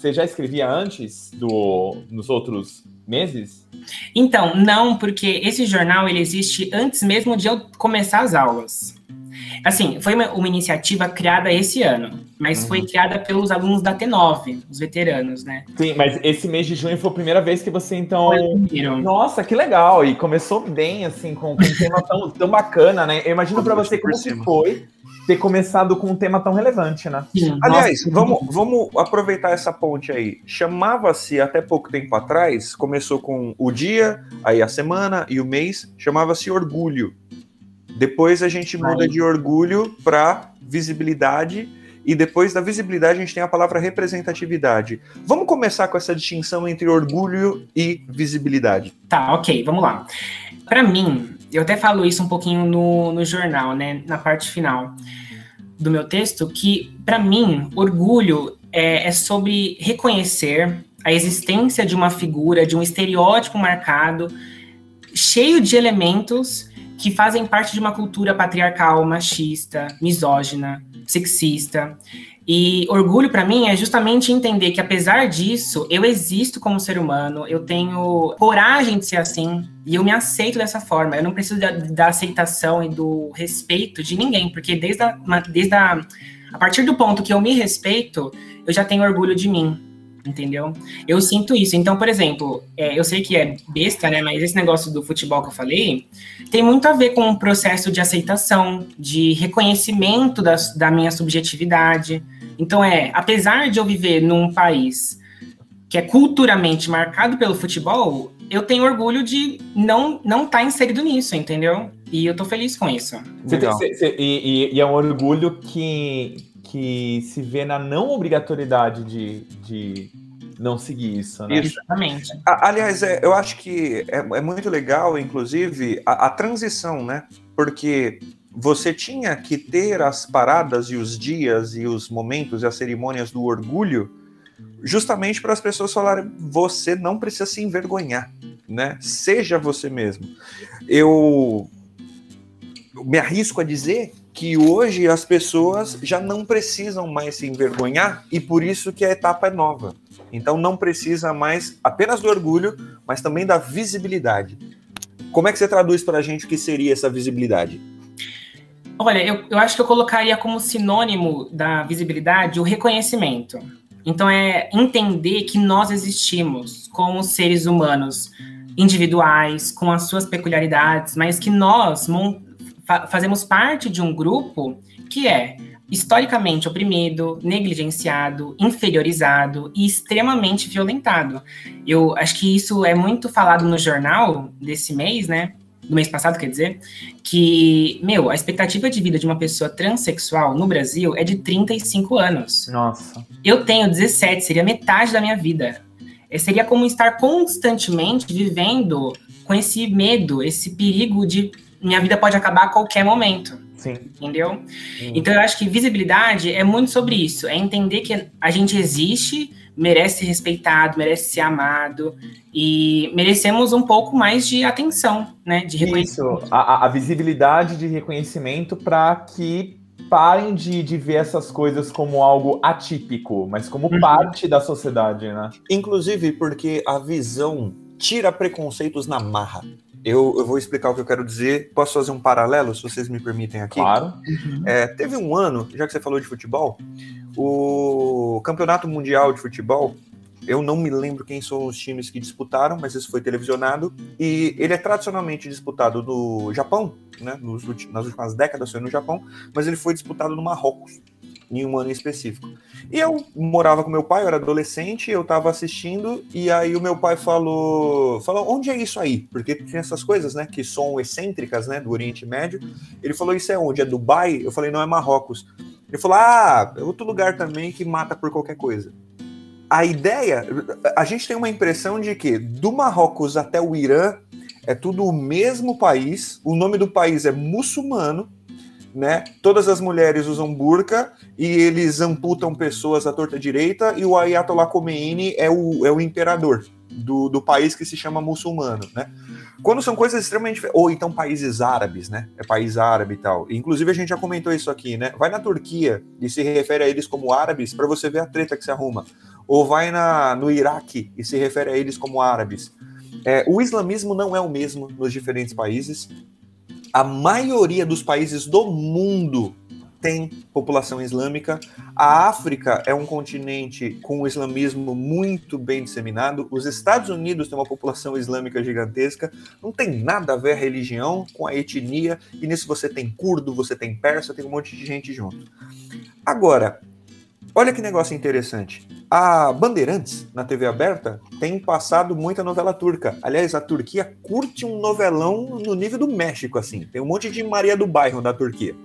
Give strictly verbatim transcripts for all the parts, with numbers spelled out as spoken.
você já escrevia antes, do, nos outros meses? Então, não, porque esse jornal ele existe antes mesmo de eu começar as aulas. Assim, foi uma, uma iniciativa criada esse ano, mas uhum. foi criada pelos alunos da T nove, os veteranos, né? Sim, mas esse mês de junho foi a primeira vez que você, então... Nossa, que legal! E começou bem, assim, com, com um tema tão, tão bacana, né? Eu imagino para você como que foi ter começado com um tema tão relevante, né? Sim, aliás, nossa, vamos, vamos aproveitar essa ponte aí. Chamava-se, até pouco tempo atrás, começou com o dia, aí a semana e o mês, chamava-se Orgulho. Depois a gente muda de orgulho para visibilidade, e depois da visibilidade a gente tem a palavra representatividade. Vamos começar com essa distinção entre orgulho e visibilidade. Tá, ok, vamos lá. Para mim, eu até falo isso um pouquinho no, no jornal, né, na parte final do meu texto, que para mim, orgulho é, é sobre reconhecer a existência de uma figura, de um estereótipo marcado, cheio de elementos que fazem parte de uma cultura patriarcal, machista, misógina, sexista. E orgulho, para mim, é justamente entender que, apesar disso, eu existo como ser humano, eu tenho coragem de ser assim, e eu me aceito dessa forma. Eu não preciso da, da aceitação e do respeito de ninguém, porque desde, a, desde a, a partir do ponto que eu me respeito, eu já tenho orgulho de mim. Entendeu? Eu sinto isso. Então, por exemplo, é, eu sei que é besta, né? Mas esse negócio do futebol que eu falei tem muito a ver com um processo de aceitação, de reconhecimento da, da minha subjetividade. Então, é, apesar de eu viver num país que é culturalmente marcado pelo futebol, eu tenho orgulho de não não estar tá inserido nisso, entendeu? E eu tô feliz com isso. Você tem, cê, cê, e, e é um orgulho que... que se vê na não obrigatoriedade de, de não seguir isso, né? Isso. Exatamente. Aliás, é, eu acho que é, é muito legal, inclusive, a, a transição, né? Porque você tinha que ter as paradas e os dias e os momentos e as cerimônias do orgulho justamente para as pessoas falarem, você não precisa se envergonhar, né? Seja você mesmo. Eu me arrisco a dizer que hoje as pessoas já não precisam mais se envergonhar e por isso que a etapa é nova. Então não precisa mais apenas do orgulho, mas também da visibilidade. Como é que você traduz para a gente o que seria essa visibilidade? Olha, eu, eu acho que eu colocaria como sinônimo da visibilidade o reconhecimento. Então é entender que nós existimos como seres humanos individuais, com as suas peculiaridades, mas que nós fazemos parte de um grupo que é historicamente oprimido, negligenciado, inferiorizado e extremamente violentado. Eu acho que isso é muito falado no jornal desse mês, né? Do mês passado, quer dizer, que, meu, a expectativa de vida de uma pessoa transexual no Brasil é de trinta e cinco anos. Nossa. Eu tenho dezessete, seria metade da minha vida. Seria como estar constantemente vivendo com esse medo, esse perigo de minha vida pode acabar a qualquer momento. Sim. Entendeu? Sim. Então eu acho que visibilidade é muito sobre isso, é entender que a gente existe, merece ser respeitado, merece ser amado e merecemos um pouco mais de atenção, né? De reconhecimento. Isso, a, a visibilidade de reconhecimento para que parem de, de ver essas coisas como algo atípico, mas como uhum. parte da sociedade, né? Inclusive porque a visão tira preconceitos na marra. Eu, eu vou explicar o que eu quero dizer. Posso fazer um paralelo, se vocês me permitem aqui? Claro. Uhum. É, teve um ano, já que você falou de futebol, o Campeonato Mundial de Futebol, eu não me lembro quem são os times que disputaram, mas isso foi televisionado, e ele é tradicionalmente disputado no Japão, né, nos, nas últimas décadas foi no Japão, mas ele foi disputado no Marrocos, em um ano específico. E eu morava com meu pai, eu era adolescente, eu estava assistindo, e aí o meu pai falou, falou, onde é isso aí? Porque tem essas coisas, né, que são excêntricas, né, do Oriente Médio. Ele falou, isso é onde? É Dubai? Eu falei, não, é Marrocos. Ele falou, ah, é outro lugar também que mata por qualquer coisa. A ideia, a gente tem uma impressão de que do Marrocos até o Irã é tudo o mesmo país, o nome do país é muçulmano, né? Todas as mulheres usam burca e eles amputam pessoas à torta direita e o Ayatollah Khomeini é o, é o imperador do, do país que se chama muçulmano, né? Quando são coisas extremamente... Ou então países árabes, né? É país árabe e tal. Inclusive a gente já comentou isso aqui, né? Vai na Turquia e se refere a eles como árabes para você ver a treta que se arruma. ou vai na, no Iraque e se refere a eles como árabes. É, o islamismo não é o mesmo nos diferentes países. A maioria dos países do mundo tem população islâmica. A África é um continente com o islamismo muito bem disseminado. Os Estados Unidos têm uma população islâmica gigantesca. Não tem nada a ver a religião com a etnia. E nisso você tem curdo, você tem persa, tem um monte de gente junto. Agora, olha que negócio interessante. A Bandeirantes, na T V aberta, tem passado muita novela turca. Aliás, a Turquia curte um novelão no nível do México, assim. Tem um monte de Maria do Bairro da Turquia.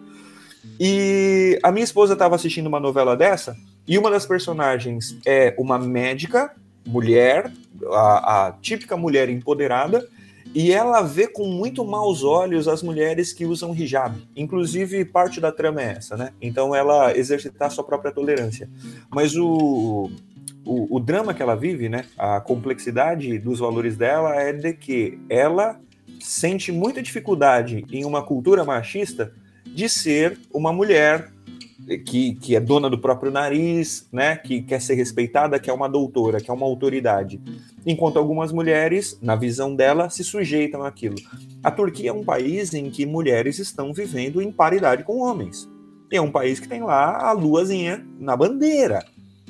E a minha esposa estava assistindo uma novela dessa, e uma das personagens é uma médica, mulher, a, a típica mulher empoderada, e ela vê com muito maus olhos as mulheres que usam hijab. Inclusive, parte da trama é essa, né? Então, ela exercitar sua própria tolerância. Mas o, o, o drama que ela vive, né? A complexidade dos valores dela é de que ela sente muita dificuldade em uma cultura machista de ser uma mulher que, que é dona do próprio nariz, né, que quer ser respeitada, que é uma doutora, que é uma autoridade. Enquanto algumas mulheres, na visão dela, se sujeitam àquilo. A Turquia é um país em que mulheres estão vivendo em paridade com homens. E é um país que tem lá a luazinha na bandeira,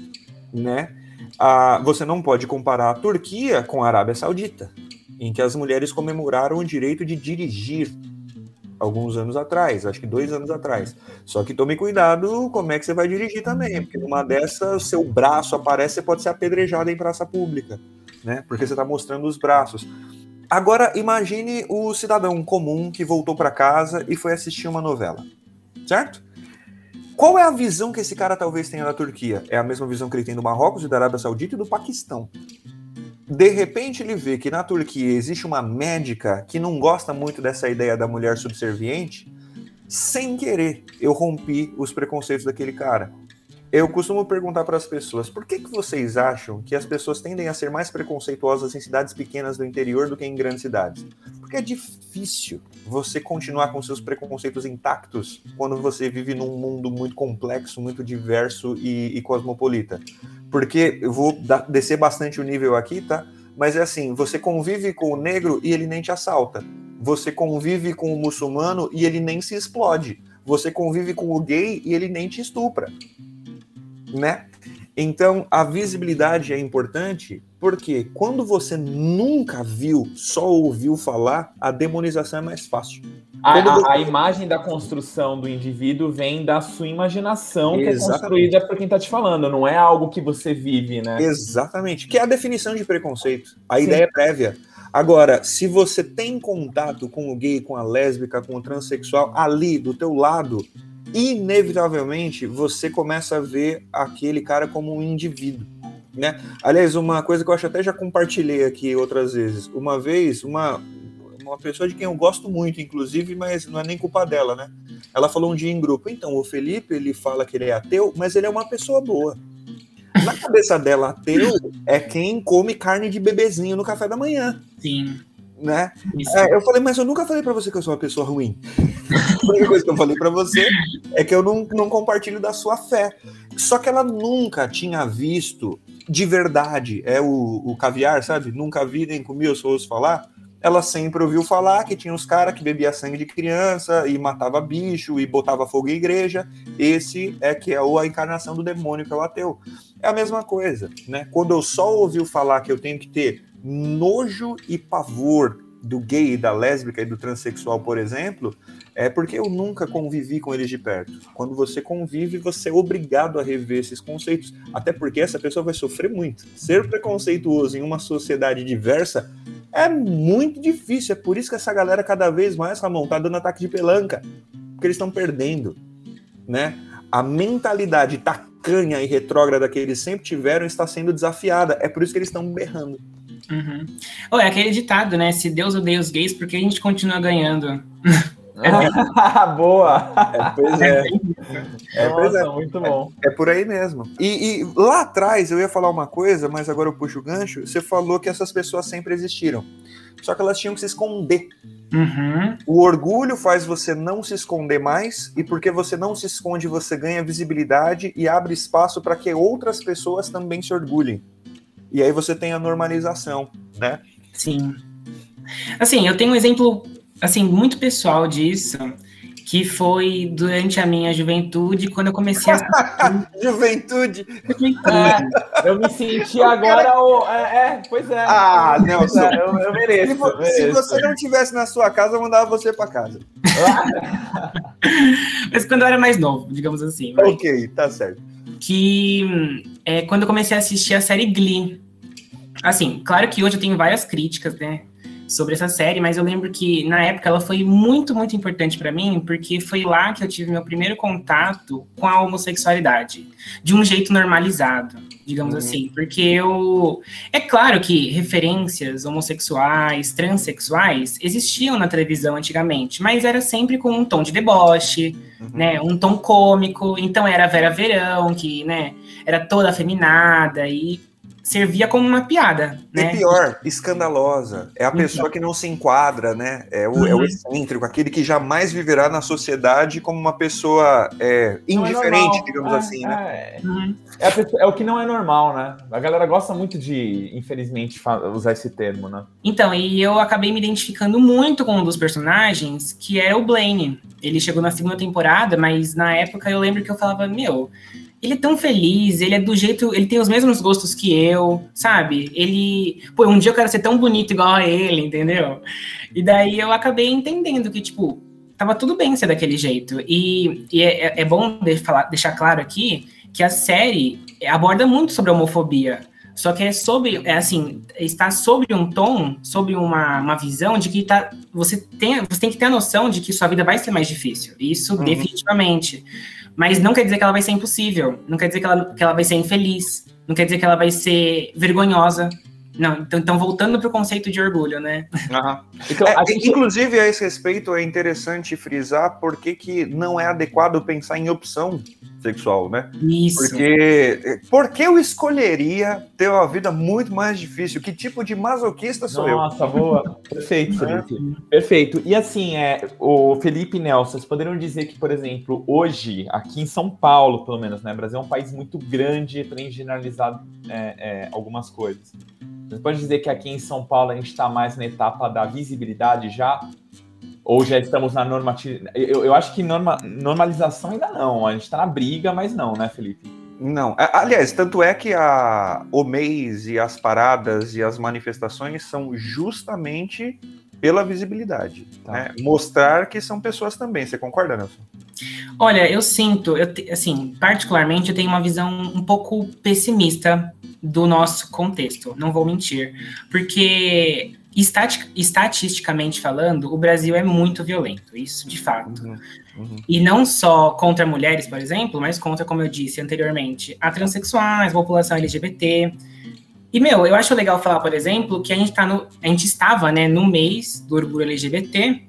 né? Ah, você não pode comparar a Turquia com a Arábia Saudita, em que as mulheres comemoraram o direito de dirigir alguns anos atrás, acho que dois anos atrás. Só que tome cuidado como é que você vai dirigir também, porque numa dessas, seu braço aparece, você pode ser apedrejado em praça pública, né? Porque você está mostrando os braços. Agora, imagine o cidadão comum que voltou para casa e foi assistir uma novela, certo? Qual é a visão que esse cara talvez tenha da Turquia? É a mesma visão que ele tem do Marrocos e da Arábia Saudita e do Paquistão. De repente ele vê que na Turquia existe uma médica que não gosta muito dessa ideia da mulher subserviente. Sem querer, eu rompi os preconceitos daquele cara. Eu costumo perguntar para as pessoas, por que que vocês acham que as pessoas tendem a ser mais preconceituosas em cidades pequenas do interior do que em grandes cidades? Porque é difícil você continuar com seus preconceitos intactos quando você vive num mundo muito complexo, muito diverso e, e cosmopolita. Porque eu vou da- descer bastante o nível aqui, tá? Mas é assim, você convive com o negro e ele nem te assalta. Você convive com o muçulmano e ele nem se explode. Você convive com o gay e ele nem te estupra, né? Então, a visibilidade é importante porque quando você nunca viu, só ouviu falar, a demonização é mais fácil. A, Quando a, você... a imagem da construção do indivíduo vem da sua imaginação, que Exatamente. é construída por quem está te falando, não é algo que você vive, né? Exatamente, que é a definição de preconceito, a Sim. ideia prévia. Agora, se você tem contato com o gay, com a lésbica, com o transexual, ali, do teu lado, inevitavelmente, você começa a ver aquele cara como um indivíduo, né? Aliás, uma coisa que eu acho até já compartilhei aqui outras vezes. Uma vez, uma, uma pessoa de quem eu gosto muito, inclusive, mas não é nem culpa dela, né? Ela falou um dia em grupo, então, o Felipe, ele fala que ele é ateu, mas ele é uma pessoa boa. Na cabeça dela, ateu é quem come carne de bebezinho no café da manhã. Sim. Né? É, eu falei, mas eu nunca falei pra você que eu sou uma pessoa ruim. A única coisa que eu falei pra você é que eu não, não compartilho da sua fé. Só que ela nunca tinha visto de verdade, é o, o caviar, sabe? Nunca vi nem comi, eu só ouço falar. Ela sempre ouviu falar que tinha uns caras que bebia sangue de criança e matava bicho e botava fogo em igreja. Esse é que é a encarnação do demônio, que é o ateu. É a mesma coisa, né? Quando eu só ouvi falar que eu tenho que ter nojo e pavor do gay, da lésbica e do transexual, por exemplo, é porque eu nunca convivi com eles de perto. Quando você convive, você é obrigado a rever esses conceitos, até porque essa pessoa vai sofrer muito. Ser preconceituoso em uma sociedade diversa é muito difícil, é por isso que essa galera cada vez mais, Ramon, tá dando ataque de pelanca, porque eles estão perdendo, né? A mentalidade tacanha e retrógrada que eles sempre tiveram está sendo desafiada, é por isso que eles estão berrando. Uhum. Oh, é aquele ditado, né? Se Deus odeia os gays, por que a gente continua ganhando? Boa! É, pois é. é, pois Nossa, é. muito bom. É, é por aí mesmo. E, e lá atrás eu ia falar uma coisa, mas agora eu puxo o gancho. Você falou que essas pessoas sempre existiram. só que elas tinham que se esconder. Uhum. O orgulho faz você não se esconder mais, e porque você não se esconde, você ganha visibilidade e abre espaço para que outras pessoas também se orgulhem. E aí você tem a normalização, né? Sim. Assim, eu tenho um exemplo, assim, muito pessoal disso, que foi durante a minha juventude, quando eu comecei a... Juventude! Juventude. É, eu me senti agora... O... É, é, pois é. Ah, Nelson! É, eu, eu mereço, se, vo- mereço. Se você não estivesse na sua casa, eu mandava você para casa. Mas quando eu era mais novo, digamos assim. Vai. Ok, tá certo. Que é quando eu comecei a assistir a série Glee. Assim, claro que hoje eu tenho várias críticas, né, sobre essa série, mas eu lembro que na época ela foi muito, muito importante para mim, porque foi lá que eu tive meu primeiro contato com a homossexualidade, de um jeito normalizado, digamos uhum. assim, porque eu... É claro que referências homossexuais, transexuais existiam na televisão antigamente, mas era sempre com um tom de deboche, uhum. né, um tom cômico, então era a Vera Verão, que, né, era toda afeminada e servia como uma piada, né? E pior, escandalosa. É a pessoa então. que não se enquadra, né? É o, uhum. é o excêntrico, aquele que jamais viverá na sociedade como uma pessoa é, indiferente, é digamos é, assim, é, né? Uhum. É, pessoa, é o que não é normal, né? A galera gosta muito de, infelizmente, usar esse termo, né? Então, e eu acabei me identificando muito com um dos personagens, que era o Blaine. Ele chegou na segunda temporada, mas na época eu lembro que eu falava, meu... Ele é tão feliz, ele é do jeito... Ele tem os mesmos gostos que eu, sabe? Ele... Pô, um dia eu quero ser tão bonito igual a ele, entendeu? E daí eu acabei entendendo que, tipo, tava tudo bem ser daquele jeito. E, e é, é bom de falar, deixar claro aqui que a série aborda muito sobre a homofobia. Só que é sobre... É assim, está sobre um tom, sobre uma, uma visão de que tá, você, tem, você tem que ter a noção de que sua vida vai ser mais difícil. Isso, uhum. definitivamente. Mas não quer dizer que ela vai ser impossível, não quer dizer que ela, que ela vai ser infeliz, não quer dizer que ela vai ser vergonhosa. Não, então, então voltando para o conceito de orgulho, né? Uhum. Então, é, gente... Inclusive, a esse respeito, é interessante frisar por que que não é adequado pensar em opção sexual, né? Isso. Porque por que eu escolheria ter uma vida muito mais difícil? Que tipo de masoquista sou Nossa, eu? Nossa, boa. Perfeito, Felipe. Perfeito. E assim, é, o Felipe e Nelson, vocês poderiam dizer que, por exemplo, hoje, aqui em São Paulo, pelo menos, né? O Brasil é um país muito grande para generalizar é, é, algumas coisas. Você pode dizer que aqui em São Paulo a gente está mais na etapa da visibilidade já? Ou já estamos na normatividade? Eu, eu acho que norma, normalização ainda não. A gente está na briga, mas não, né, Felipe? Não. Aliás, tanto é que a, o mês e as paradas e as manifestações são justamente pela visibilidade. Tá. Né? Mostrar que são pessoas também. Você concorda, Nelson? Olha, eu sinto, eu te, assim, particularmente eu tenho uma visão um pouco pessimista do nosso contexto, não vou mentir, porque estatic, estatisticamente falando, o Brasil é muito violento, isso de fato. Uhum, uhum. E não só contra mulheres, por exemplo, mas contra, como eu disse anteriormente, a transexuais, a população L G B T. E, meu, eu acho legal falar, por exemplo, que a gente, tá no, a gente estava, né, no mês do orgulho L G B T,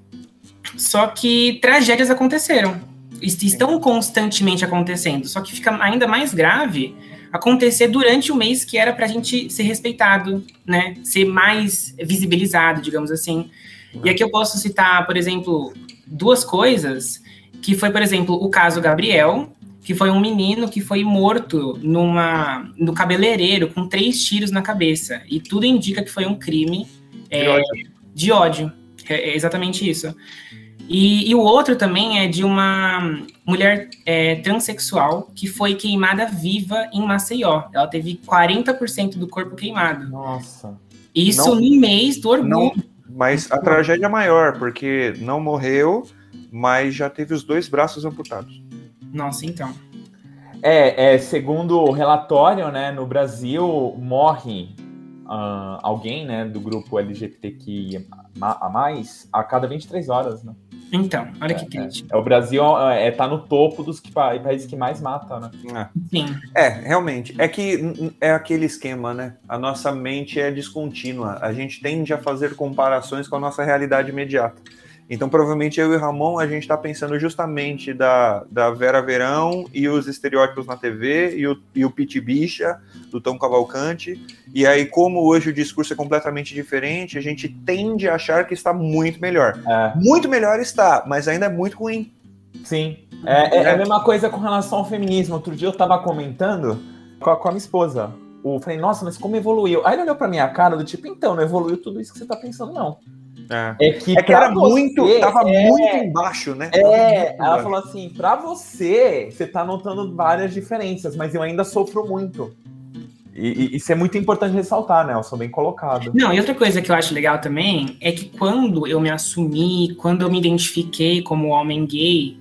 só que tragédias aconteceram. Estão constantemente acontecendo, só que fica ainda mais grave acontecer durante o mês que era pra gente ser respeitado, né, ser mais visibilizado, digamos assim. Uhum. E aqui eu posso citar, por exemplo, duas coisas, que foi, por exemplo, o caso Gabriel, que foi um menino que foi morto numa, no cabeleireiro com três tiros na cabeça, e tudo indica que foi um crime é, de ódio. De ódio. É, é exatamente isso. E, e o outro também é de uma mulher é, transexual que foi queimada viva em Maceió. Ela teve quarenta por cento do corpo queimado. Nossa. Isso não, no mês do orgulho. Não, mas a tragédia é maior, porque não morreu, mas já teve os dois braços amputados. Nossa, então. É, é segundo o relatório, né, no Brasil morre uh, alguém, né, do grupo L G B T Q I a mais a cada vinte e três horas, né? Então, olha é, que triste. É, é, o Brasil é, tá no topo dos que, países que mais matam, né? É. Sim. É, realmente. É que é aquele esquema, né? A nossa mente é descontínua. A gente tende a fazer comparações com a nossa realidade imediata. Então, provavelmente, eu e o Ramon, a gente está pensando justamente da, da Vera Verão e os estereótipos na T V e o, e o Pit Bicha, do Tom Cavalcante. E aí, como hoje o discurso é completamente diferente, a gente tende a achar que está muito melhor. É. Muito melhor está, mas ainda é muito ruim. Sim. É, é, é a mesma coisa com relação ao feminismo. Outro dia eu estava comentando com a, com a minha esposa. Eu falei, nossa, mas como evoluiu? Aí ele olhou pra minha cara do tipo, então, não evoluiu tudo isso que você tá pensando, não. É, é que, é que era você, muito, tava é, muito embaixo, né? É, ela embaixo. Falou assim, pra você, você tá notando várias diferenças, mas eu ainda sofro muito. E, e isso é muito importante ressaltar, né? Eu sou bem colocado. Não, e outra coisa que eu acho legal também é que quando eu me assumi, quando eu me identifiquei como homem gay,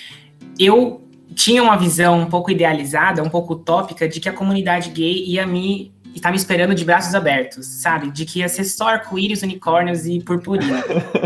eu tinha uma visão um pouco idealizada, um pouco utópica, de que a comunidade gay ia me... e tá me esperando de braços abertos, sabe? De que ia ser só arco-íris, unicórnios e purpurina.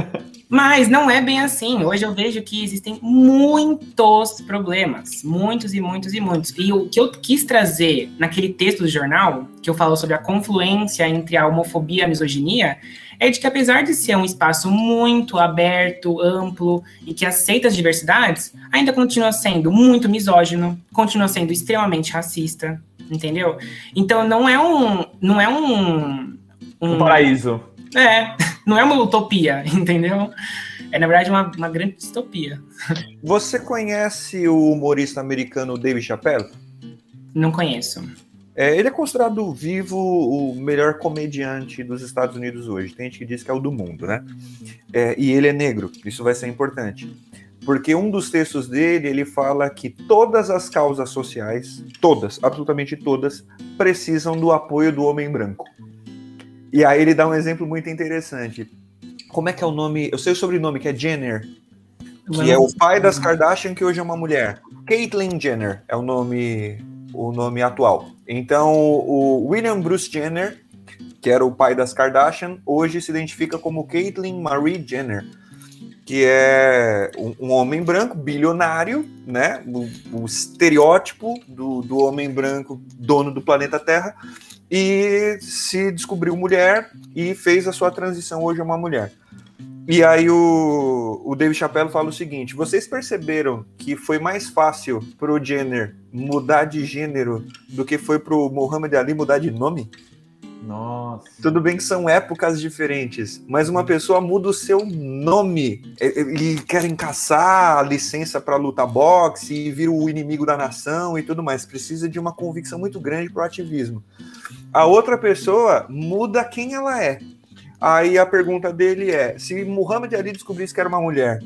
Mas não é bem assim. Hoje eu vejo que existem muitos problemas. Muitos e muitos e muitos. E o que eu quis trazer naquele texto do jornal, que eu falo sobre a confluência entre a homofobia e a misoginia, é de que apesar de ser um espaço muito aberto, amplo e que aceita as diversidades, ainda continua sendo muito misógino, continua sendo extremamente racista, entendeu? Então não é um... Não é um... Um, um paraíso. É, não é uma utopia, entendeu? É, na verdade, uma, uma grande distopia. Você conhece o humorista americano Dave Chappelle? Não conheço. É, ele é considerado vivo o melhor comediante dos Estados Unidos hoje. Tem gente que diz que é o do mundo, né? É, e ele é negro, isso vai ser importante. Porque um dos textos dele, ele fala que todas as causas sociais, todas, absolutamente todas, precisam do apoio do homem branco. E aí ele dá um exemplo muito interessante. Como é que é o nome? Eu sei o sobrenome, que é Jenner, que é o pai das Kardashian, que hoje é uma mulher. Caitlyn Jenner é o nome, o nome atual. Então, o William Bruce Jenner, que era o pai das Kardashian, hoje se identifica como Caitlyn Marie Jenner, que é um, um homem branco, bilionário, né? O, o estereótipo do, do homem branco, dono do planeta Terra, e se descobriu mulher e fez a sua transição hoje a uma mulher. E aí o, o Dave Chappelle fala o seguinte: vocês perceberam que foi mais fácil pro Jenner mudar de gênero do que foi pro Muhammad Ali mudar de nome? Nossa. Tudo bem que são épocas diferentes, mas uma pessoa muda o seu nome e querem caçar a licença para lutar boxe e vira o inimigo da nação e tudo mais. Precisa de uma convicção muito grande pro ativismo. A outra pessoa muda quem ela é. Aí a pergunta dele é: se Muhammad Ali descobrisse que era uma mulher,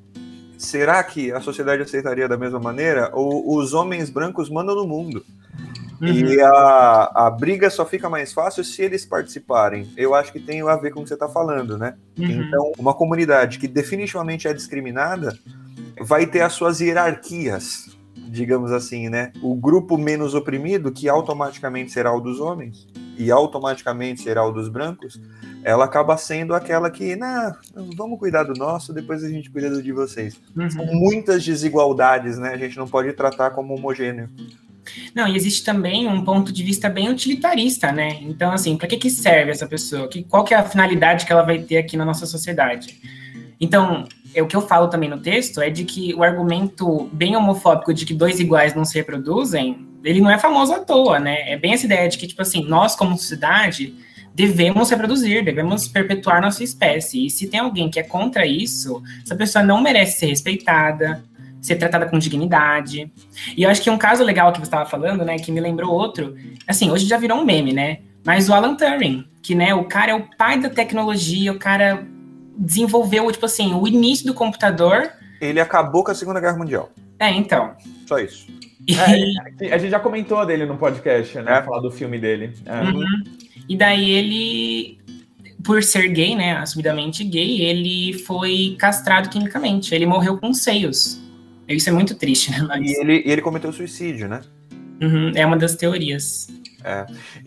será que a sociedade aceitaria da mesma maneira? Ou os homens brancos mandam no mundo? Uhum. E a, a briga só fica mais fácil se eles participarem. Eu acho que tem a ver com o que você está falando, né? Uhum. Então, uma comunidade que definitivamente é discriminada vai ter as suas hierarquias, digamos assim, né? O grupo menos oprimido, que automaticamente será o dos homens, e automaticamente será o dos brancos, ela acaba sendo aquela que, não, vamos cuidar do nosso, depois a gente cuida do de vocês. Uhum. São muitas desigualdades, né? A gente não pode tratar como homogêneo. Não, e existe também um ponto de vista bem utilitarista, né? Então, assim, para que que serve essa pessoa? Que, qual que é a finalidade que ela vai ter aqui na nossa sociedade? Então, é, o que eu falo também no texto é de que o argumento bem homofóbico de que dois iguais não se reproduzem, ele não é famoso à toa, né? É bem essa ideia de que, tipo assim, nós como sociedade devemos reproduzir, devemos perpetuar nossa espécie. E se tem alguém que é contra isso, essa pessoa não merece ser respeitada, ser tratada com dignidade. E eu acho que um caso legal que você estava falando, né, que me lembrou outro, assim, hoje já virou um meme, né? Mas o Alan Turing, que, né, o cara é o pai da tecnologia, o cara desenvolveu, tipo assim, o início do computador. Ele acabou com a Segunda Guerra Mundial. É, então. Só isso. E... É, a gente já comentou dele no podcast, né? É. Falar do filme dele. É. Uhum. E daí ele, por ser gay, né, assumidamente gay, ele foi castrado quimicamente. Ele morreu com seios. Isso é muito triste, né? Mas... E ele, ele cometeu suicídio, né? Uhum, é uma das teorias. É.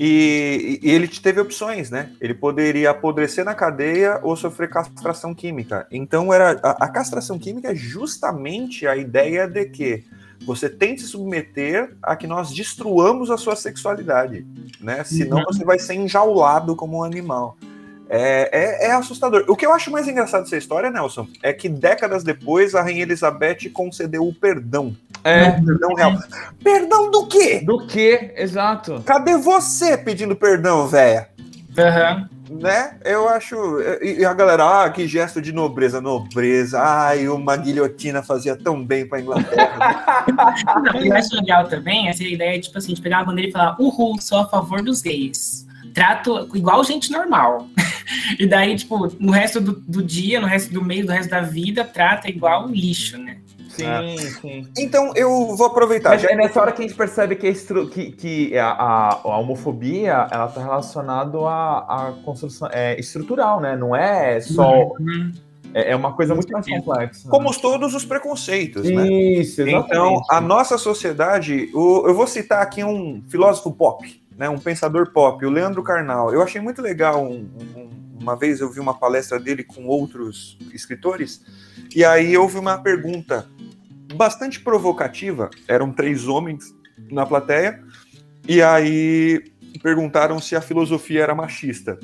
E, e ele teve opções, né? Ele poderia apodrecer na cadeia ou sofrer castração química. Então, era a, a castração química é justamente a ideia de que você tem que se submeter a que nós destruamos a sua sexualidade, né? Senão uhum. você vai ser enjaulado como um animal. É, é, é assustador. O que eu acho mais engraçado dessa história, Nelson, é que décadas depois a Rainha Elizabeth concedeu o perdão. É. O perdão real. Perdão do quê? Do quê? Exato. Cadê você pedindo perdão, véia? Aham. Uhum. Né? Eu acho... E a galera, ah, que gesto de nobreza. Nobreza. Ai, uma guilhotina fazia tão bem pra Inglaterra. Não, eu acho legal também essa ideia, tipo assim, de pegar uma bandeira e falar, uhul, sou a favor dos gays. Trato igual gente normal. E daí, tipo, no resto do, do dia, no resto do mês, no resto da vida, trata igual lixo, né? Sim, é. sim. Então, eu vou aproveitar. Mas já... é nessa hora que a gente percebe que a, estru... que, que a, a, a homofobia, ela tá relacionada à, à construção é, estrutural, né? Não é só... Uhum. É, é uma coisa muito mais complexa. Como né? Todos os preconceitos, Isso, né? Isso, exatamente. Então, a nossa sociedade... O, eu vou citar aqui um filósofo pop, né, um pensador pop, o Leandro Carnal. Eu achei muito legal, um, um, uma vez eu vi uma palestra dele com outros escritores, e aí houve uma pergunta bastante provocativa, eram três homens na plateia, e aí perguntaram se a filosofia era machista.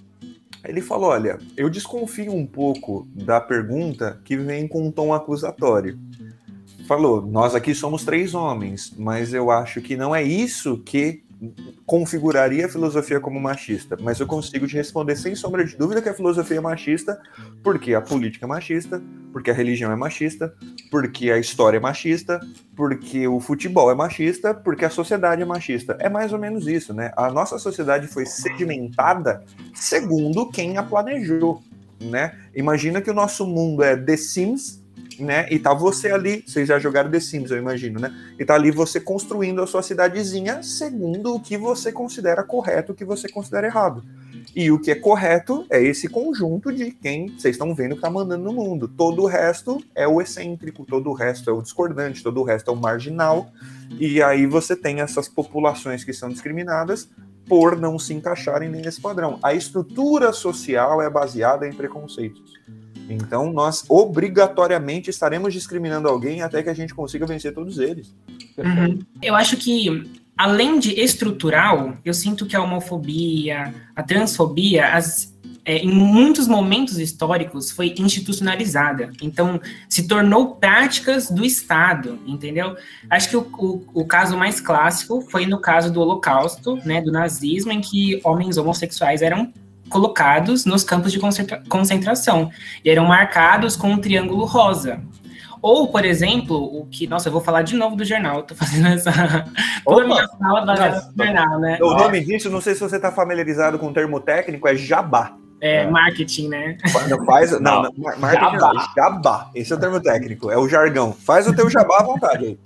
Ele falou, olha, eu desconfio um pouco da pergunta que vem com um tom acusatório. Falou, nós aqui somos três homens, mas eu acho que não é isso que configuraria a filosofia como machista, mas eu consigo te responder sem sombra de dúvida que a filosofia é machista, porque a política é machista, porque a religião é machista, porque a história é machista, porque o futebol é machista, porque a sociedade é machista. É mais ou menos isso, né? A nossa sociedade foi sedimentada segundo quem a planejou, né? Imagina que o nosso mundo é The Sims, né? E tá você ali, vocês já jogaram The Sims, eu imagino, né? E tá ali você construindo a sua cidadezinha segundo o que você considera correto, o que você considera errado. E o que é correto é esse conjunto de quem vocês estão vendo que tá mandando no mundo. Todo o resto é o excêntrico, todo o resto é o discordante, todo o resto é o marginal. E aí você tem essas populações que são discriminadas por não se encaixarem nesse padrão. A estrutura social é baseada em preconceitos. Então, nós obrigatoriamente estaremos discriminando alguém até que a gente consiga vencer todos eles. Uhum. Eu acho que, além de estrutural, eu sinto que a homofobia, a transfobia, as, é, em muitos momentos históricos, foi institucionalizada. Então, se tornou práticas do Estado, entendeu? Acho que o, o, o caso mais clássico foi no caso do Holocausto, né, do nazismo, em que homens homossexuais eram colocados nos campos de concentração e eram marcados com um triângulo rosa. Ou, por exemplo, o que... Nossa, eu vou falar de novo do jornal. Eu tô fazendo essa... Toda a minha fala baseada no jornal, né? O nome disso, não sei se você está familiarizado com o termo técnico, é jabá. É, é. Marketing, né? Não, faz, não, não, marketing jabá. Não, jabá. Esse é o termo técnico, é o jargão. Faz o teu jabá à vontade aí.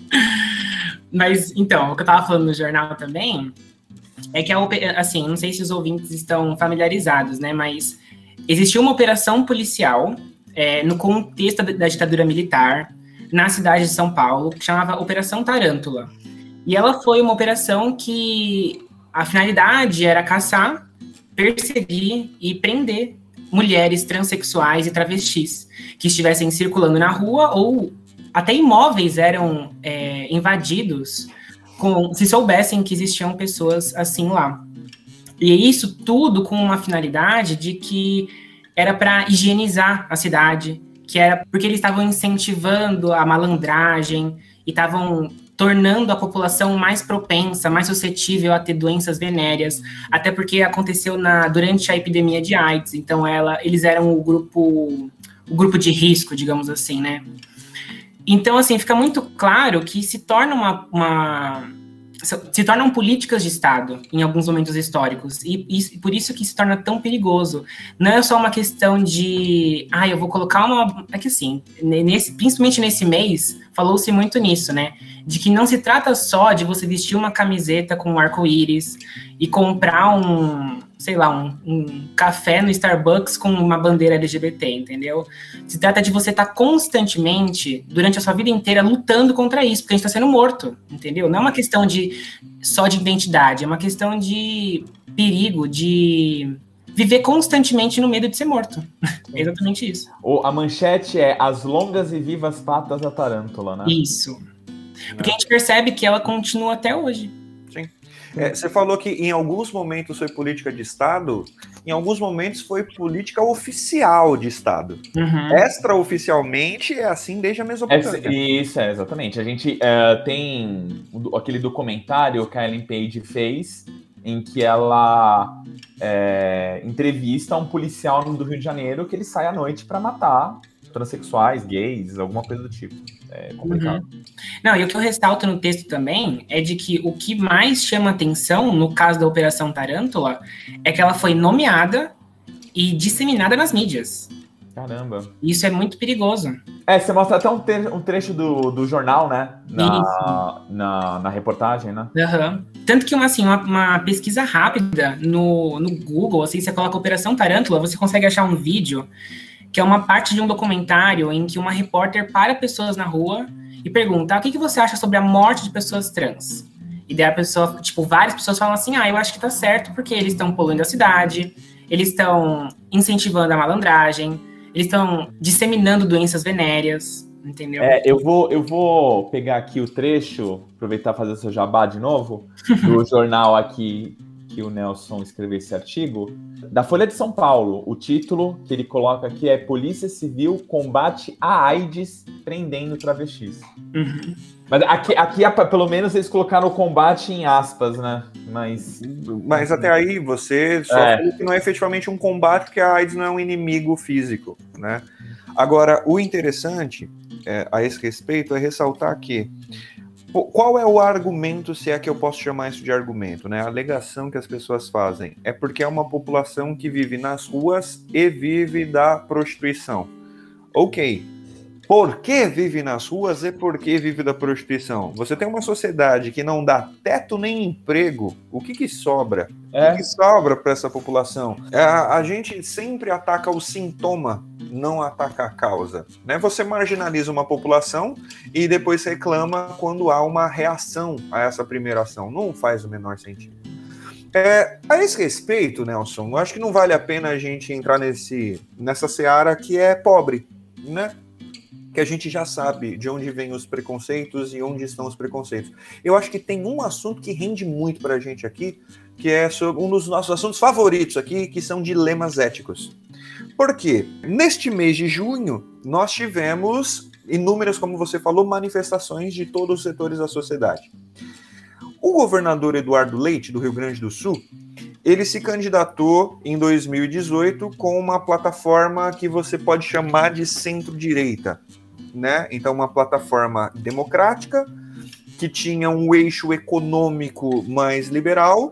Mas, então, o que eu tava falando no jornal também... É que, a, assim, não sei se os ouvintes estão familiarizados, né, mas existiu uma operação policial é, no contexto da, da ditadura militar na cidade de São Paulo, que chamava Operação Tarântula. E ela foi uma operação que a finalidade era caçar, perseguir e prender mulheres transexuais e travestis que estivessem circulando na rua ou até imóveis eram é, invadidos com, se soubessem que existiam pessoas assim lá. E isso tudo com uma finalidade de que era para higienizar a cidade, que era porque eles estavam incentivando a malandragem e estavam tornando a população mais propensa, mais suscetível a ter doenças venéreas, até porque aconteceu na, durante a epidemia de AIDS, então ela, eles eram o grupo, o grupo de risco, digamos assim, né? Então, assim, fica muito claro que se torna uma, uma se tornam políticas de Estado em alguns momentos históricos, e, e por isso que se torna tão perigoso. Não é só uma questão de, ah, eu vou colocar uma... É que assim, nesse, principalmente nesse mês, falou-se muito nisso, né? De que não se trata só de você vestir uma camiseta com um arco-íris e comprar um, sei lá, um, um café no Starbucks com uma bandeira L G B T, entendeu? Se trata de você estar constantemente, durante a sua vida inteira, lutando contra isso, porque a gente está sendo morto, entendeu? Não é uma questão de, só de identidade, é uma questão de perigo, de viver constantemente no medo de ser morto. É exatamente isso. O, a manchete é As Longas e Vivas Patas da Tarântula, né? Isso. Porque a gente percebe que ela continua até hoje. Sim. É, você falou que em alguns momentos foi política de Estado, em alguns momentos foi política oficial de Estado. Uhum. Extraoficialmente é assim desde a Mesopotâmia. É, isso, é, exatamente. A gente uh, tem aquele documentário que a Ellen Page fez, em que ela é, entrevista um policial do Rio de Janeiro que ele sai à noite para matar transexuais, gays, alguma coisa do tipo. É complicado. Uhum. Não, e o que eu ressalto no texto também é de que o que mais chama atenção no caso da Operação Tarântula é que ela foi nomeada e disseminada nas mídias. Caramba. Isso é muito perigoso. É, você mostra até um, tre- um trecho do, do jornal, né? Na, na, na reportagem, né? Uhum. Tanto que uma, assim, uma, uma pesquisa rápida no, no Google, assim, você coloca Operação Tarântula, você consegue achar um vídeo que é uma parte de um documentário em que uma repórter para pessoas na rua e pergunta, ah, o que, que você acha sobre a morte de pessoas trans? E daí a pessoa, tipo, várias pessoas falam assim, ah, eu acho que tá certo, porque eles estão poluindo a cidade, eles estão incentivando a malandragem, eles estão disseminando doenças venéreas, entendeu? É, eu vou, eu vou pegar aqui o trecho, aproveitar e fazer o seu jabá de novo, do jornal aqui que o Nelson escreveu esse artigo, da Folha de São Paulo. O título que ele coloca aqui é Polícia Civil combate a AIDS prendendo travestis. Uhum. Mas aqui, aqui, pelo menos, eles colocaram o combate em aspas, né? Mas, Mas até aí você só é. falou que não é efetivamente um combate, porque a AIDS não é um inimigo físico, né? Agora, o interessante é, a esse respeito é ressaltar que qual é o argumento, se é que eu posso chamar isso de argumento, né? A alegação que as pessoas fazem é porque é uma população que vive nas ruas e vive da prostituição. Ok. Por que vive nas ruas e por que vive da prostituição? Você tem uma sociedade que não dá teto nem emprego. O que que sobra? É. O que que sobra para essa população? A, a gente sempre ataca o sintoma, não ataca a causa, né? Você marginaliza uma população e depois reclama quando há uma reação a essa primeira ação. Não faz o menor sentido. É, a esse respeito, Nelson, eu acho que não vale a pena a gente entrar nesse, nessa seara que é pobre, né? Que a gente já sabe de onde vêm os preconceitos e onde estão os preconceitos. Eu acho que tem um assunto que rende muito para a gente aqui, que é sobre um dos nossos assuntos favoritos aqui, que são dilemas éticos. Por quê? Neste mês de junho, nós tivemos inúmeras, como você falou, manifestações de todos os setores da sociedade. O governador Eduardo Leite, do Rio Grande do Sul, ele se candidatou em dois mil e dezoito com uma plataforma que você pode chamar de centro-direita, né? Então, uma plataforma democrática, que tinha um eixo econômico mais liberal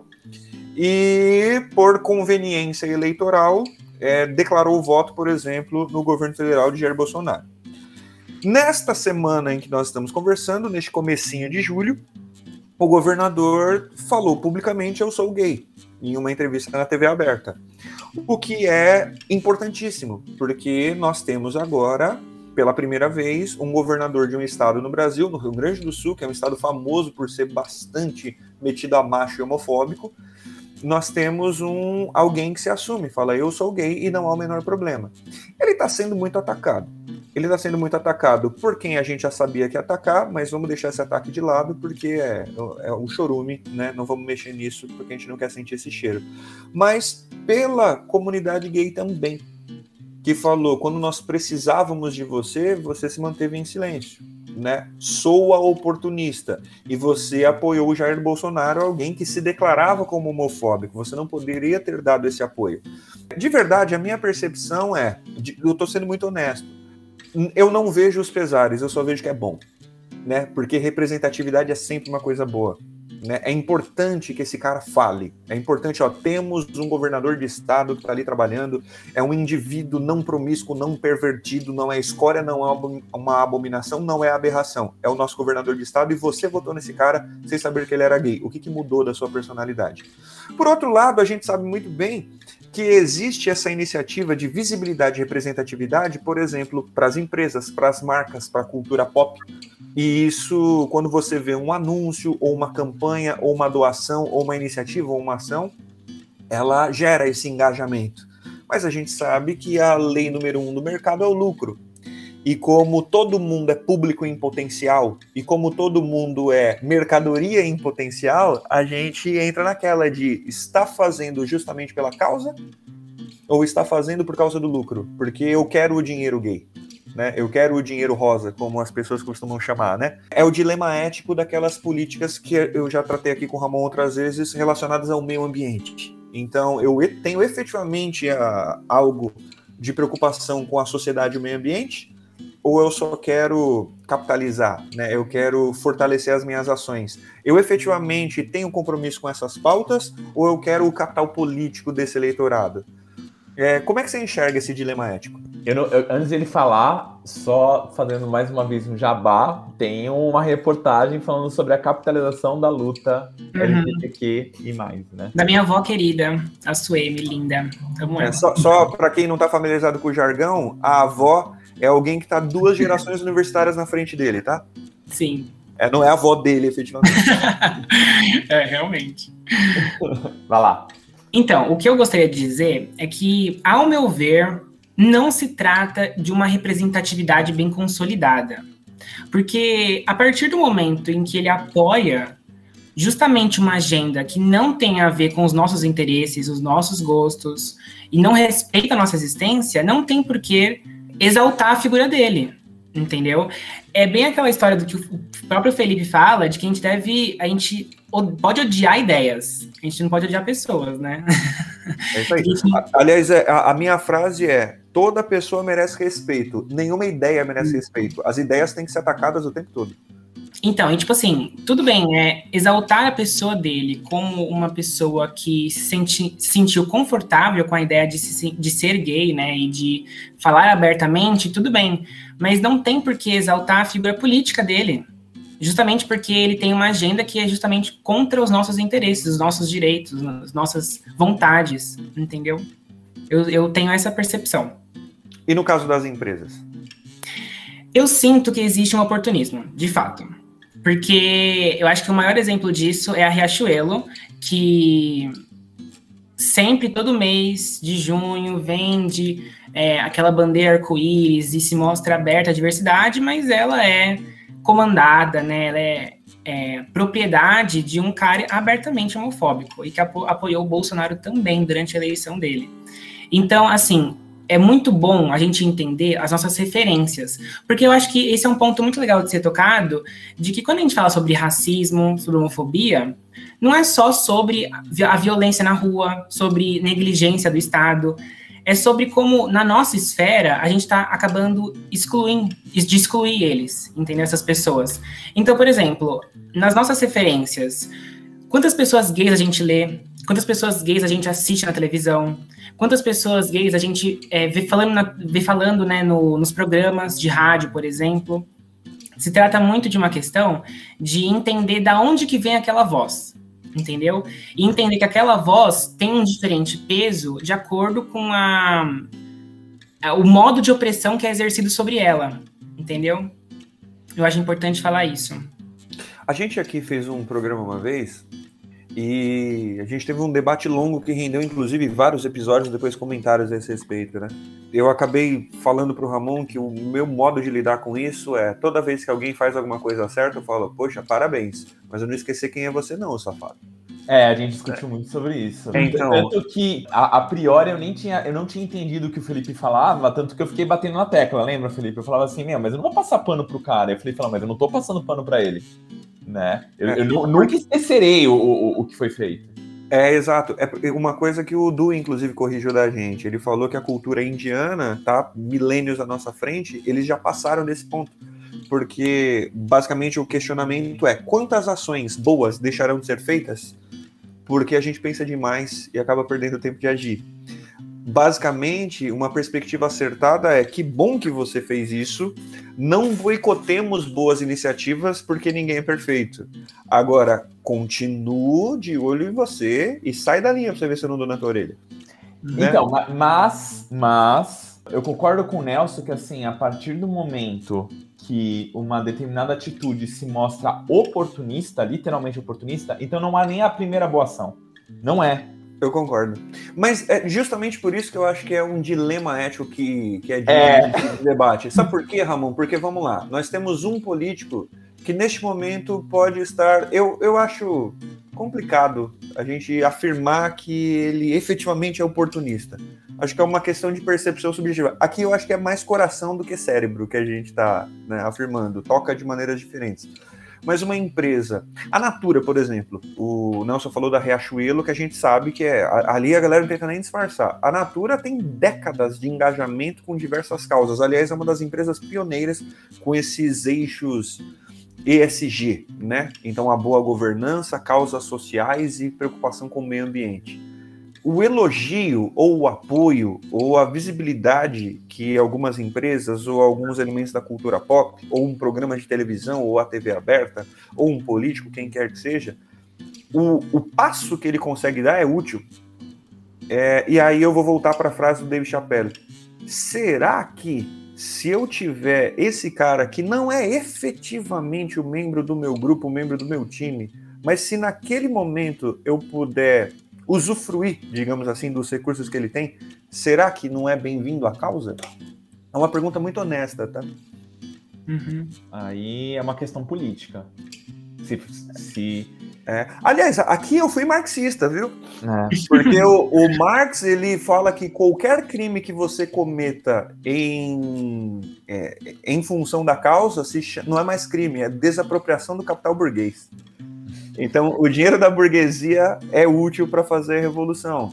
e, por conveniência eleitoral, é, declarou o voto, por exemplo, no governo federal de Jair Bolsonaro. Nesta semana em que nós estamos conversando, neste comecinho de julho, o governador falou publicamente, eu sou gay, em uma entrevista na T V aberta. O que é importantíssimo, porque nós temos agora, pela primeira vez, um governador de um estado no Brasil, no Rio Grande do Sul, que é um estado famoso por ser bastante metido a macho e homofóbico. Nós temos um, alguém que se assume, fala, eu sou gay e não há o menor problema. Ele está sendo muito atacado. Ele está sendo muito atacado por quem a gente já sabia que ia atacar, mas vamos deixar esse ataque de lado porque é, é um chorume, né? Não vamos mexer nisso porque a gente não quer sentir esse cheiro. Mas pela comunidade gay também, que falou, quando nós precisávamos de você, você se manteve em silêncio, né? Soa oportunista. E você apoiou o Jair Bolsonaro, alguém que se declarava como homofóbico. Você não poderia ter dado esse apoio. De verdade, a minha percepção é, eu estou sendo muito honesto, eu não vejo os pesares, eu só vejo que é bom, né? Porque representatividade é sempre uma coisa boa, né? É importante que esse cara fale, é importante, ó, temos um governador de estado que está ali trabalhando, é um indivíduo não promíscuo, não pervertido, não é escória, não é uma abominação, não é aberração, é o nosso governador de estado e você votou nesse cara sem saber que ele era gay. O que, que mudou da sua personalidade? Por outro lado, a gente sabe muito bem que existe essa iniciativa de visibilidade e representatividade, por exemplo, para as empresas, para as marcas, para a cultura pop. E isso, quando você vê um anúncio, ou uma campanha, ou uma doação, ou uma iniciativa, ou uma ação, ela gera esse engajamento. Mas a gente sabe que a lei número um do mercado é o lucro. e como todo mundo é público em potencial, e como todo mundo é mercadoria em potencial, a gente entra naquela de está fazendo justamente pela causa ou está fazendo por causa do lucro? Porque eu quero o dinheiro gay, né? Eu quero o dinheiro rosa, como as pessoas costumam chamar, né? É o dilema ético daquelas políticas que eu já tratei aqui com o Ramon outras vezes, relacionadas ao meio ambiente. Então, eu tenho efetivamente a, algo de preocupação com a sociedade e o meio ambiente, ou eu só quero capitalizar, né? Eu quero fortalecer as minhas ações. Eu efetivamente tenho compromisso com essas pautas, ou eu quero o capital político desse eleitorado? É, como é que você enxerga esse dilema ético? Eu não, eu, antes de ele falar, só fazendo mais uma vez um jabá, tem uma reportagem falando sobre a capitalização da luta uhum. L G B T Q e mais, né? Da minha avó querida, a Sueme, linda. Tamo é, só só para quem não está familiarizado com o jargão, a avó é alguém que está duas gerações universitárias na frente dele, tá? Sim. É, não é a avó dele, efetivamente. É, realmente. Vai lá. Então, o que eu gostaria de dizer é que, ao meu ver, não se trata de uma representatividade bem consolidada. Porque a partir do momento em que ele apoia justamente uma agenda que não tem a ver com os nossos interesses, os nossos gostos, e não respeita a nossa existência, não tem por que exaltar a figura dele, entendeu? É bem aquela história do que o próprio Felipe fala, de que a gente deve, a gente pode odiar ideias, a gente não pode odiar pessoas, né? É isso aí. Aliás, a, a minha frase é: toda pessoa merece respeito, nenhuma ideia merece respeito. As ideias têm que ser atacadas o tempo todo. Então, e tipo assim, tudo bem, é exaltar a pessoa dele como uma pessoa que se senti, sentiu confortável com a ideia de, se, de ser gay, né, e de falar abertamente, tudo bem, mas não tem por que exaltar a figura política dele, justamente porque ele tem uma agenda que é justamente contra os nossos interesses, os nossos direitos, as nossas vontades, entendeu? Eu, eu tenho essa percepção. E no caso das empresas? Eu sinto que existe um oportunismo, de fato. Porque eu acho que o maior exemplo disso é a Riachuelo, que sempre, todo mês de junho, vende é, aquela bandeira arco-íris e se mostra aberta à diversidade, mas ela é comandada, né? Ela é, é propriedade de um cara abertamente homofóbico e que apo- apoiou o Bolsonaro também durante a eleição dele. Então, assim, é muito bom a gente entender as nossas referências, porque eu acho que esse é um ponto muito legal de ser tocado, de que quando a gente fala sobre racismo, sobre homofobia, não é só sobre a violência na rua, sobre negligência do Estado, é sobre como, na nossa esfera, a gente está acabando excluindo, de excluir eles, entendeu? Essas pessoas. Então, por exemplo, nas nossas referências, quantas pessoas gays a gente lê? Quantas pessoas gays a gente assiste na televisão? Quantas pessoas gays a gente é, vê falando, na, vê falando né, no, nos programas de rádio, por exemplo? Se trata muito de uma questão de entender da onde que vem aquela voz, entendeu? E entender que aquela voz tem um diferente peso de acordo com a, a, o modo de opressão que é exercido sobre ela, entendeu? Eu acho importante falar isso. A gente aqui fez um programa uma vez e a gente teve um debate longo que rendeu, inclusive, vários episódios, depois comentários a esse respeito, né? Eu acabei falando pro Ramon que o meu modo de lidar com isso é, toda vez que alguém faz alguma coisa certa, eu falo, poxa, parabéns, mas eu não esquecer quem é você não, safado. É, a gente discutiu é. muito sobre isso. Então, tanto que, a, a priori, eu, nem tinha, eu não tinha entendido o que o Felipe falava, tanto que eu fiquei batendo na tecla, lembra, Felipe? Eu falava assim, meu, mas eu não vou passar pano pro cara. Eu falei, mas eu não tô passando pano pra ele. Né? Eu, é, eu não, nunca esquecerei o, o, o que foi feito. É, exato. É uma coisa que o Du, inclusive, corrigiu da gente. Ele falou que a cultura indiana tá milênios à nossa frente, eles já passaram desse ponto. Porque, basicamente, o questionamento é quantas ações boas deixarão de ser feitas porque a gente pensa demais e acaba perdendo tempo de agir. Basicamente, uma perspectiva acertada é que bom que você fez isso, não boicotemos boas iniciativas porque ninguém é perfeito. Agora, continuo de olho em você e sai da linha pra você ver se eu não dou na tua orelha. Então, né? mas, mas, eu concordo com o Nelson que, assim, a partir do momento que uma determinada atitude se mostra oportunista, literalmente oportunista, então não há nem a primeira boa ação. Não é. Eu concordo. Mas é justamente por isso que eu acho que é um dilema ético que, que é de, é de debate. Sabe por quê, Ramon? Porque, vamos lá, nós temos um político que neste momento pode estar... Eu, eu acho complicado a gente afirmar que ele efetivamente é oportunista. Acho que é uma questão de percepção subjetiva. Aqui eu acho que é mais coração do que cérebro que a gente está, né, afirmando. Toca de maneiras diferentes. Mas uma empresa... A Natura, por exemplo, o Nelson falou da Riachuelo, que a gente sabe que é... Ali a galera não tenta nem disfarçar. A Natura tem décadas de engajamento com diversas causas. Aliás, é uma das empresas pioneiras com esses eixos E S G, né? Então, a boa governança, causas sociais e preocupação com o meio ambiente. O elogio, ou o apoio, ou a visibilidade que algumas empresas, ou alguns elementos da cultura pop, ou um programa de televisão, ou a T V aberta, ou um político, quem quer que seja, o, o passo que ele consegue dar é útil. É, e aí eu vou voltar para a frase do Dave Chappelle. Será que, se eu tiver esse cara que não é efetivamente o membro do meu grupo, o membro do meu time, mas se naquele momento eu puder usufruir, digamos assim, dos recursos que ele tem, será que não é bem-vindo à causa? É uma pergunta muito honesta, tá? Uhum. Aí é uma questão política. Se... se... É. Aliás, aqui eu fui marxista, viu? É. Porque o, o Marx, ele fala que qualquer crime que você cometa em, é, em função da causa se chama, não é mais crime, é desapropriação do capital burguês. Então, o dinheiro da burguesia é útil para fazer a revolução.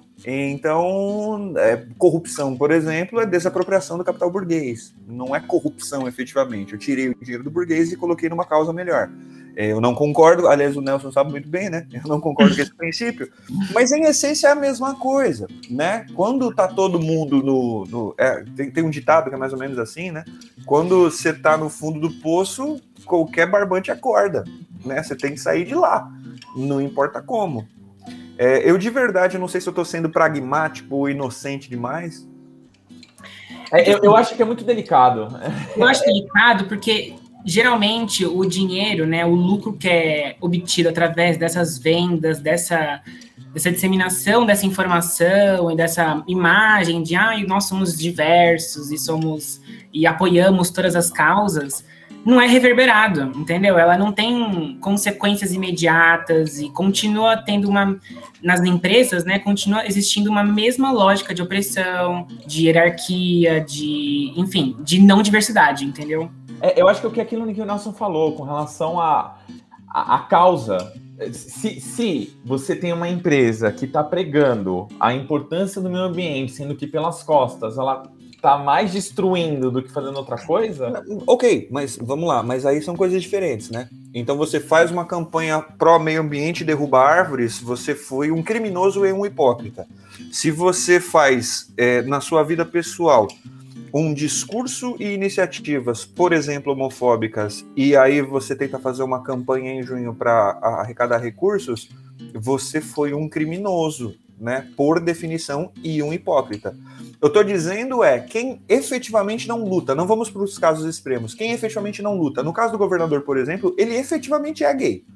Então, é, corrupção, por exemplo, é desapropriação do capital burguês. Não é corrupção, efetivamente. Eu tirei o dinheiro do burguês e coloquei numa causa melhor. É, eu não concordo, aliás, o Nelson sabe muito bem, né? Eu não concordo com esse princípio. Mas, em essência, é a mesma coisa, né? Quando tá todo mundo no... no é, tem, tem um ditado que é mais ou menos assim, né? Quando você tá no fundo do poço, qualquer barbante acorda. Né? Você tem que sair de lá, não importa como. É, eu de verdade não sei se eu estou sendo pragmático ou inocente demais. É, eu, eu acho que é muito delicado. Eu acho delicado porque geralmente o dinheiro, né, o lucro que é obtido através dessas vendas, dessa, dessa disseminação dessa informação e dessa imagem de ah, nós somos diversos e somos e apoiamos todas as causas, não é reverberado, entendeu? Ela não tem consequências imediatas e continua tendo uma... Nas empresas, né, continua existindo uma mesma lógica de opressão, de hierarquia, de... Enfim, de não diversidade, entendeu? É, eu acho que o que aquilo que o Nelson falou com relação à a, a, a causa... Se, se você tem uma empresa que está pregando a importância do meio ambiente, sendo que pelas costas ela... tá mais destruindo do que fazendo outra coisa? Ok, mas vamos lá, mas aí são coisas diferentes, né? Então você faz uma campanha pró-meio ambiente e derruba árvores, você foi um criminoso e um hipócrita. Se você faz, é, na sua vida pessoal, um discurso e iniciativas, por exemplo, homofóbicas, e aí você tenta fazer uma campanha em junho para arrecadar recursos, você foi um criminoso, né? Por definição, e um hipócrita. Eu tô dizendo é, quem efetivamente não luta, não vamos para os casos extremos, quem efetivamente não luta, no caso do governador, por exemplo, ele efetivamente é gay,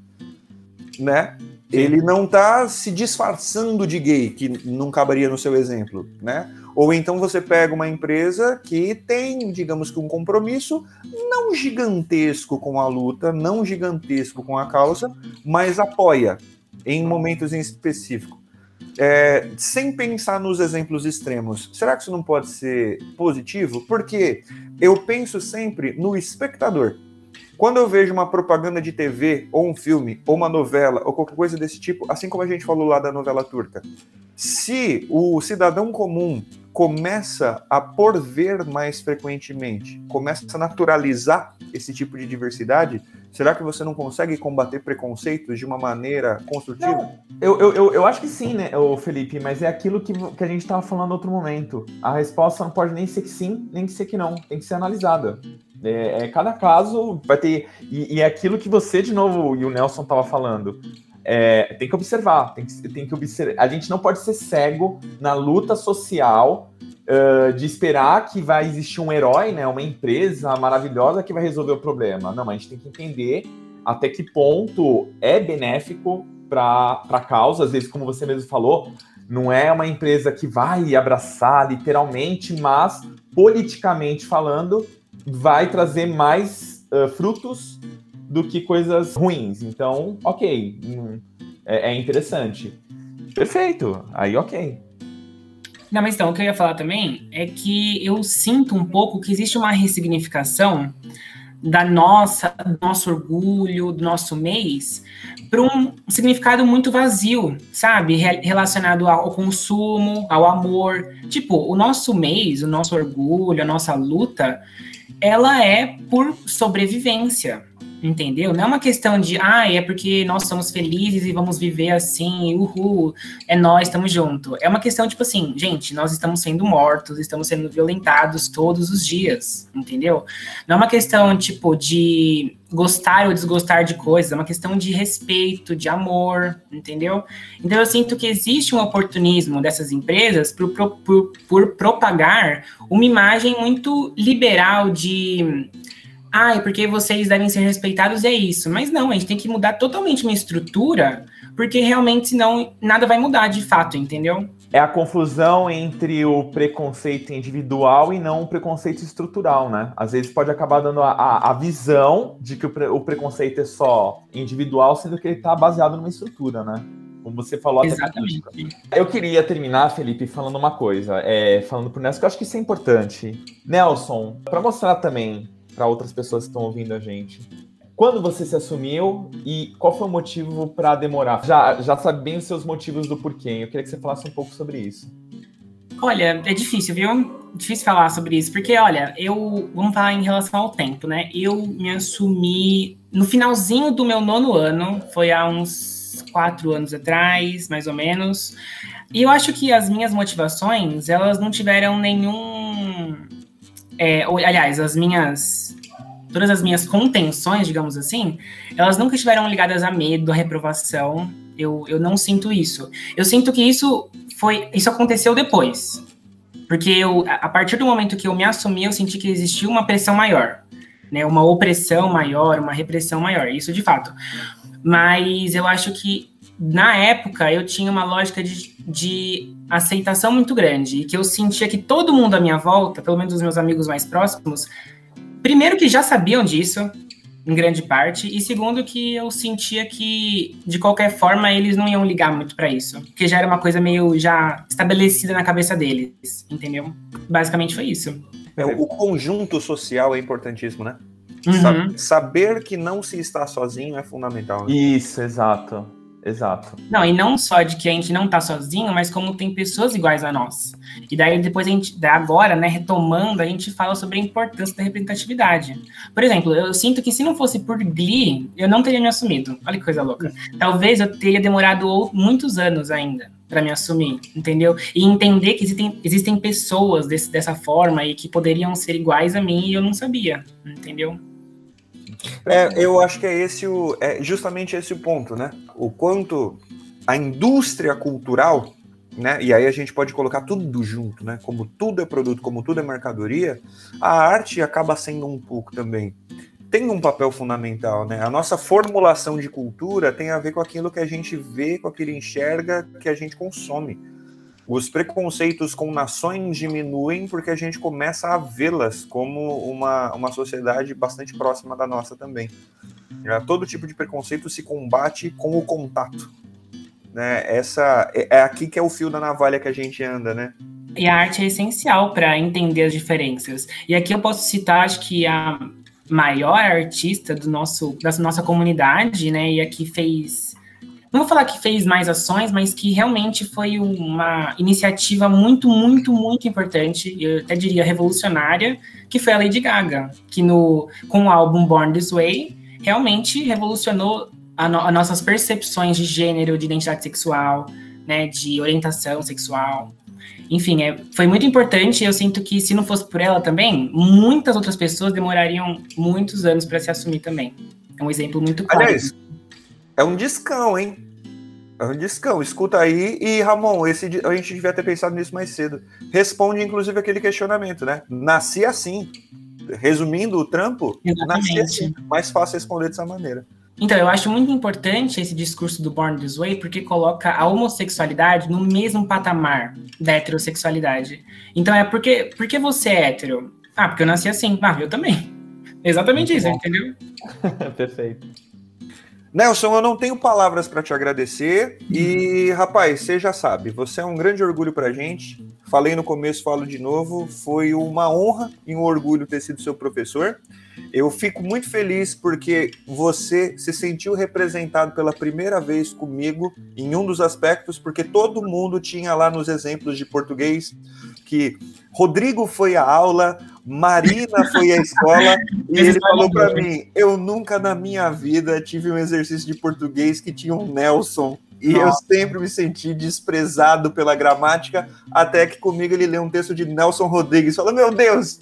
né? Ele não tá se disfarçando de gay, que não caberia no seu exemplo, né? Ou então você pega uma empresa que tem, digamos que um compromisso não gigantesco com a luta, não gigantesco com a causa, mas apoia em momentos em específico. É, sem pensar nos exemplos extremos, será que isso não pode ser positivo? Porque eu penso sempre no espectador. Quando eu vejo uma propaganda de T V, ou um filme, ou uma novela, ou qualquer coisa desse tipo, assim como a gente falou lá da novela turca, se o cidadão comum começa a por ver mais frequentemente, começa a naturalizar esse tipo de diversidade, será que você não consegue combater preconceitos de uma maneira construtiva? Não, eu, eu, eu acho que sim, né, Felipe, mas é aquilo que, que a gente estava falando em outro momento. A resposta não pode nem ser que sim, nem que ser que não. Tem que ser analisada. É, é, cada caso vai ter... E, e é aquilo que você, de novo, e o Nelson estava falando. É, tem que observar, tem que, tem que observar. A gente não pode ser cego na luta social uh, de esperar que vai existir um herói, né, uma empresa maravilhosa que vai resolver o problema. Não, mas a gente tem que entender até que ponto é benéfico para a causa. Às vezes, como você mesmo falou, Não é uma empresa que vai abraçar literalmente, mas politicamente falando, vai trazer mais uh, frutos do que coisas ruins. Então, ok, hum, é, é interessante. Perfeito, aí ok. Não, mas então, o que eu ia falar também é que eu sinto um pouco que existe uma ressignificação da nossa, do nosso orgulho, do nosso mês, para um significado muito vazio, sabe? Re- relacionado ao consumo, ao amor. Tipo, o nosso mês, o nosso orgulho, a nossa luta, ela é por sobrevivência, entendeu? Não é uma questão de, ah, é porque nós somos felizes e vamos viver assim, uhul, é nós, estamos juntos. É uma questão, tipo assim, gente, nós estamos sendo mortos, estamos sendo violentados todos os dias, entendeu? Não é uma questão, tipo, de gostar ou desgostar de coisas, é uma questão de respeito, de amor, entendeu? Então eu sinto que existe um oportunismo dessas empresas por, por, por propagar uma imagem muito liberal de... ah, é porque vocês devem ser respeitados, é isso. Mas não, a gente tem que mudar totalmente uma estrutura, porque realmente senão nada vai mudar de fato, entendeu? É a confusão entre o preconceito individual e não o preconceito estrutural, né? Às vezes pode acabar dando a, a, a visão de que o, pre, o preconceito é só individual, sendo que ele está baseado numa estrutura, né? Como você falou até. Exatamente. Eu queria terminar, Felipe, falando uma coisa. É, falando pro Nelson, que eu acho que isso é importante. Nelson, para mostrar também para outras pessoas que estão ouvindo a gente. Quando você se assumiu e qual foi o motivo para demorar? Já, já sabe bem os seus motivos do porquê. Eu queria que você falasse um pouco sobre isso. Olha, é difícil, viu? Difícil falar sobre isso, porque, olha, eu... vamos falar em relação ao tempo, né? Eu me assumi no finalzinho do meu nono ano, foi há uns quatro anos atrás, mais ou menos. E eu acho que as minhas motivações, elas não tiveram nenhum... É, aliás, as minhas... todas as minhas contenções, digamos assim, elas nunca estiveram ligadas a medo, a reprovação. Eu, eu não sinto isso. Eu sinto que isso foi, isso aconteceu depois. Porque eu, a partir do momento que eu me assumi, eu senti que existia uma pressão maior, né? Uma opressão maior, uma repressão maior. Isso de fato. Mas eu acho que, na época, eu tinha uma lógica de, de aceitação muito grande. E que eu sentia que todo mundo à minha volta, pelo menos os meus amigos mais próximos, primeiro que já sabiam disso, em grande parte, e segundo que eu sentia que, de qualquer forma, eles não iam ligar muito pra isso, porque já era uma coisa meio já estabelecida na cabeça deles, entendeu? Basicamente foi isso. É, o conjunto social é importantíssimo, né? Uhum. Saber que não se está sozinho é fundamental. Né? Isso, exato. Exato. Não, e não só de que a gente não tá sozinho, mas como tem pessoas iguais a nós. E daí depois a gente, agora, né, retomando, a gente fala sobre a importância da representatividade. Por exemplo, eu sinto que se não fosse por Glee, eu não teria me assumido. Olha que coisa louca. Talvez eu teria demorado muitos anos ainda para me assumir, entendeu? E entender que existem, existem pessoas desse, dessa forma e que poderiam ser iguais a mim e eu não sabia, entendeu? É, eu acho que é esse o, é justamente esse o ponto, né? O quanto a indústria cultural, né? E aí a gente pode colocar tudo junto, né? Como tudo é produto, como tudo é mercadoria, a arte acaba sendo um pouco também. Tem um papel fundamental, né? A nossa formulação de cultura tem a ver com aquilo que a gente vê, com aquilo que enxerga, que a gente consome. Os preconceitos com nações diminuem porque a gente começa a vê-las como uma, uma sociedade bastante próxima da nossa também. Todo tipo de preconceito se combate com o contato. Né? Essa, é, é aqui que é o fio da navalha que a gente anda, né? E a arte é essencial para entender as diferenças. E aqui eu posso citar, acho que a maior artista do nosso, da nossa comunidade, né? E a que fez... não vou falar que fez mais ações, mas que realmente foi uma iniciativa muito, muito, muito importante, eu até diria revolucionária, que foi a Lady Gaga, que no, com o álbum Born This Way, realmente revolucionou as no, nossas percepções de gênero, de identidade sexual, né, de orientação sexual. Enfim, é, foi muito importante e eu sinto que se não fosse por ela também, muitas outras pessoas demorariam muitos anos para se assumir também. É um exemplo muito claro. Aliás, é um discão, hein? É um discão. Escuta aí. E, Ramon, esse, a gente devia ter pensado nisso mais cedo. Responde, inclusive, aquele questionamento, né? Nasci assim. Resumindo o trampo, Exatamente. nasci assim. Mais fácil responder dessa maneira. Então, eu acho muito importante esse discurso do Born This Way, porque coloca a homossexualidade no mesmo patamar da heterossexualidade. Então, é porque, porque você é hétero? Ah, porque eu nasci assim. Ah, eu também. Exatamente muito isso, bom. Entendeu? Perfeito. Nelson, eu não tenho palavras para te agradecer e, rapaz, você já sabe, você é um grande orgulho pra gente. Falei no começo, falo de novo, foi uma honra e um orgulho ter sido seu professor. Eu fico muito feliz porque você se sentiu representado pela primeira vez comigo em um dos aspectos, porque todo mundo tinha lá nos exemplos de português que Rodrigo foi à aula, Marina foi à escola, e ele falou para mim, eu nunca na minha vida tive um exercício de português que tinha um Nelson, e Nossa. Eu sempre me senti desprezado pela gramática, até que comigo ele lê um texto de Nelson Rodrigues, fala, meu Deus!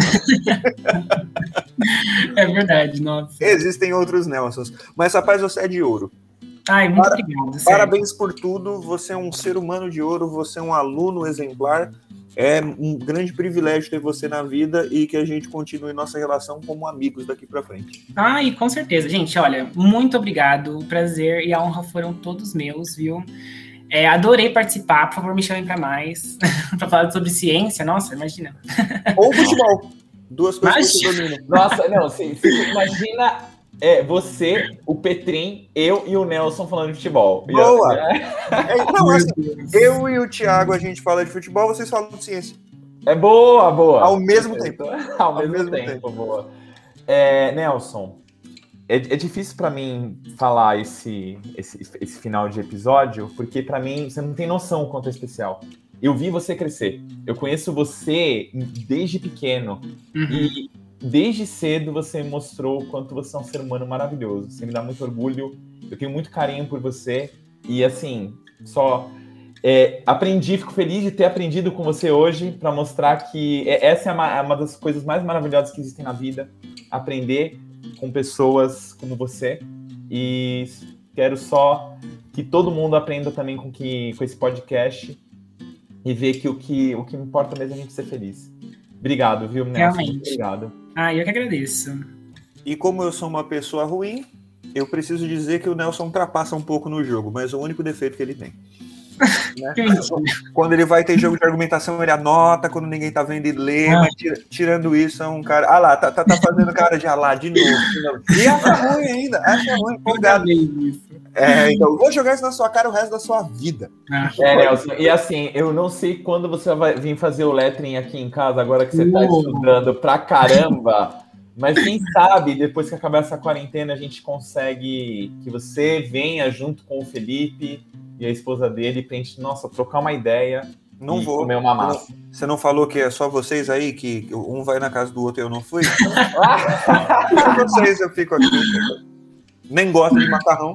É verdade, nossa. Existem outros Nelsons, mas rapaz, você é de ouro. Ai, muito Para, obrigado. Sério. Parabéns por tudo, você é um ser humano de ouro, você é um aluno exemplar. É um grande privilégio ter você na vida e que a gente continue nossa relação como amigos daqui para frente. Ah, e com certeza. Gente, olha, muito obrigado. O prazer e a honra foram todos meus, viu? É, adorei participar. Por favor, me chamem para mais. para falar sobre ciência. Nossa, imagina. Ou futebol. Duas coisas que você domina. Nossa, não, você, você imagina... É, você, o Petrin, eu e o Nelson falando de futebol. Boa! É, não, assim, eu e o Thiago, a gente fala de futebol, vocês falam de ciência. É boa, boa. Ao mesmo tempo. Ao, Ao mesmo, mesmo tempo, tempo, boa. É, Nelson, é, é difícil para mim falar esse, esse, esse final de episódio, porque para mim, você não tem noção o quanto é especial. Eu vi você crescer. Eu conheço você desde pequeno. Uhum. E... Desde cedo você mostrou o quanto você é um ser humano maravilhoso. Você me dá muito orgulho, eu tenho muito carinho por você. E assim, só é, aprendi, fico feliz de ter aprendido com você hoje para mostrar que essa é uma, uma das coisas mais maravilhosas que existem na vida. Aprender com pessoas como você. E quero só que todo mundo aprenda também com, que, com esse podcast e ver que o que, o que importa mesmo é a gente ser feliz. Obrigado, viu, Nelson? Realmente. Obrigado. Ah, eu que agradeço. E como eu sou uma pessoa ruim, eu preciso dizer que o Nelson ultrapassa um pouco no jogo, mas é o único defeito que ele tem. Né? Quando ele vai ter jogo de argumentação, ele anota, quando ninguém tá vendo, ele lê, ah. mas tira, tirando isso, é um cara... Ah lá, tá, tá, tá fazendo cara de ah lá, de novo, de novo. E acha ruim ainda, acha ruim, empolgado. É, então, eu vou jogar isso na sua cara o resto da sua vida. É, Nelson, e assim, eu não sei quando você vai vir fazer o lettering aqui em casa, agora que você tá uh. estudando pra caramba, mas quem sabe, depois que acabar essa quarentena, a gente consegue que você venha junto com o Felipe e a esposa dele pra gente, nossa, trocar uma ideia. Não e vou. Comer uma massa. Você não, você não falou que é só vocês aí, que um vai na casa do outro e eu não fui? Só vocês eu fico aqui. Nem gosto de macarrão.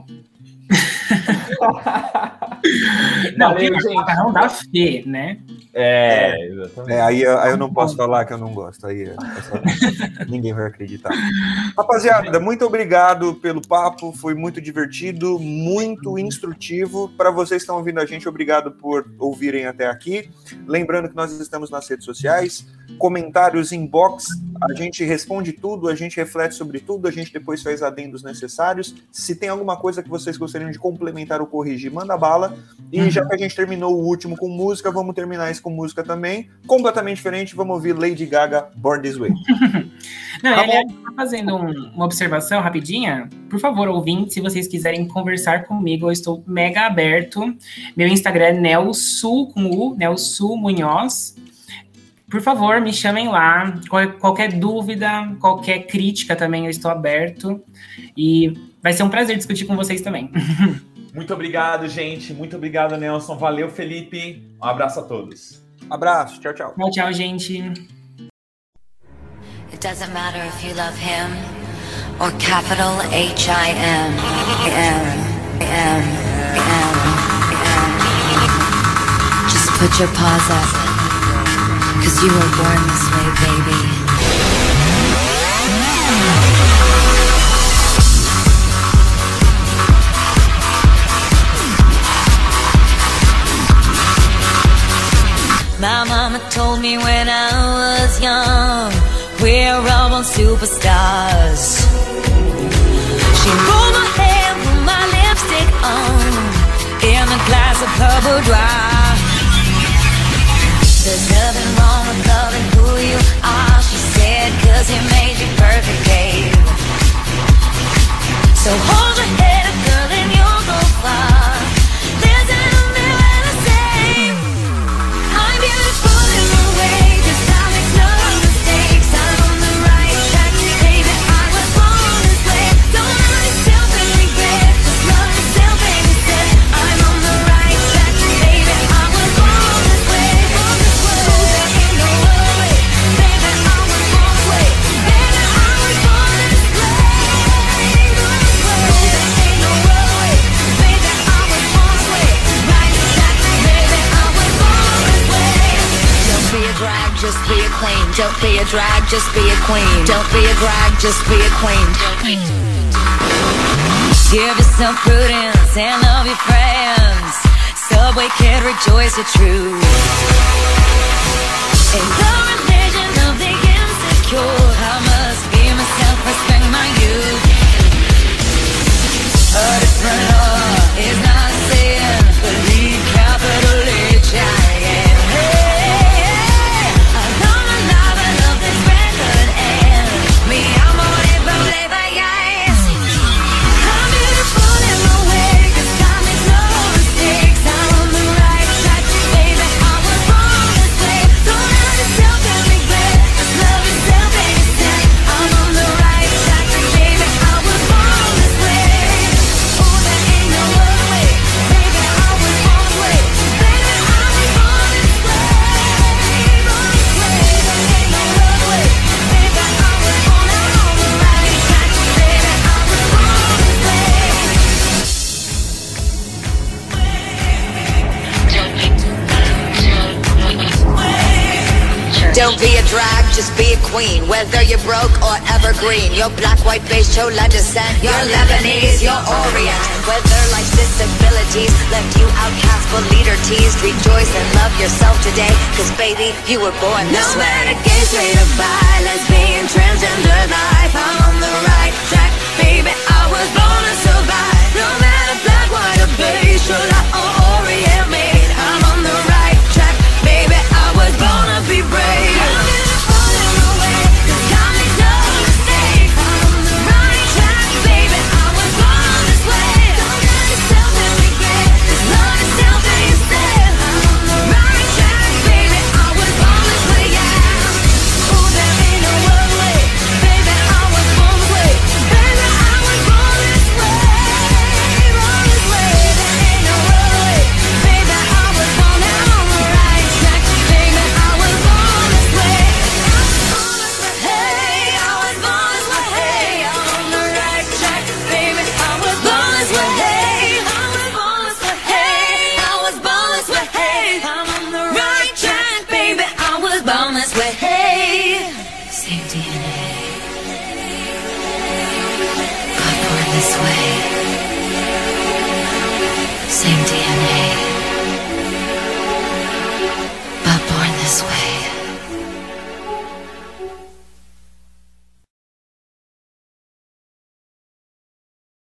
Não, tem gente. Macarrão da Fê, né? É, exatamente. É, aí, aí eu não posso falar que eu não gosto. Aí é só... ninguém vai acreditar. Rapaziada, muito obrigado pelo papo. Foi muito divertido, muito instrutivo. Para vocês que estão ouvindo a gente, obrigado por ouvirem até aqui. Lembrando que nós estamos nas redes sociais. Comentários, inbox, a gente responde tudo, a gente reflete sobre tudo, a gente depois faz adendos necessários. Se tem alguma coisa que vocês gostariam de complementar ou corrigir, manda bala. E uhum. já que a gente terminou o último com música, vamos terminar isso com música também. Completamente diferente, vamos ouvir Lady Gaga, Born This Way. Não, tá aliás, fazendo um, uma observação rapidinha, por favor, ouvintes, se vocês quiserem conversar comigo, eu estou mega aberto. Meu Instagram é Nelsu, com U, Nelsu Munhoz. Por favor, me chamem lá. Qualquer dúvida, qualquer crítica também, eu estou aberto. E vai ser um prazer discutir com vocês também. Muito obrigado, gente. Muito obrigado, Nelson. Valeu, Felipe. Um abraço a todos. Abraço. Tchau, tchau. Tchau, tchau, gente. It doesn't matter if you love him or capital H I M. M, M, M, M. Just put your paws up. Cause you were born this way, baby. My mama told me when I was young, we're all born superstars. She rolled my overdrive. There's nothing wrong with loving who you are, she said, cause he made you perfect, babe. So hold your head up, girl, and you'll go far. There's an only way to say I'm beautiful in my way, cause I make no mistakes. I'm on the right track, baby, I was born this way. Don't hurt yourself and regret, just love yourself and you said I'm on the right track, baby, I was born this way. Born this way. There ain't no other way, baby, I was born this way. Baby, I was born this way. Just be a queen. Don't be a drag, just be a queen. Don't be a drag, just be a queen. Give yourself prudence and love your friends. Subway kid, rejoice your truth. In the religion of the insecure, I must be myself, respect my youth. A different law is not sin. Believe capital H I M. Don't be a drag, just be a queen. Whether you're broke or evergreen, you're black, white, beige, chola descent, you're Lebanese, you're Orient. Whether life's disabilities left you outcast but leader teased, rejoice and love yourself today, cause baby, you were born this way. No matter gay, straight or bi, lesbian, transgender life, I'm on the right track, baby, I was born to survive. No matter black,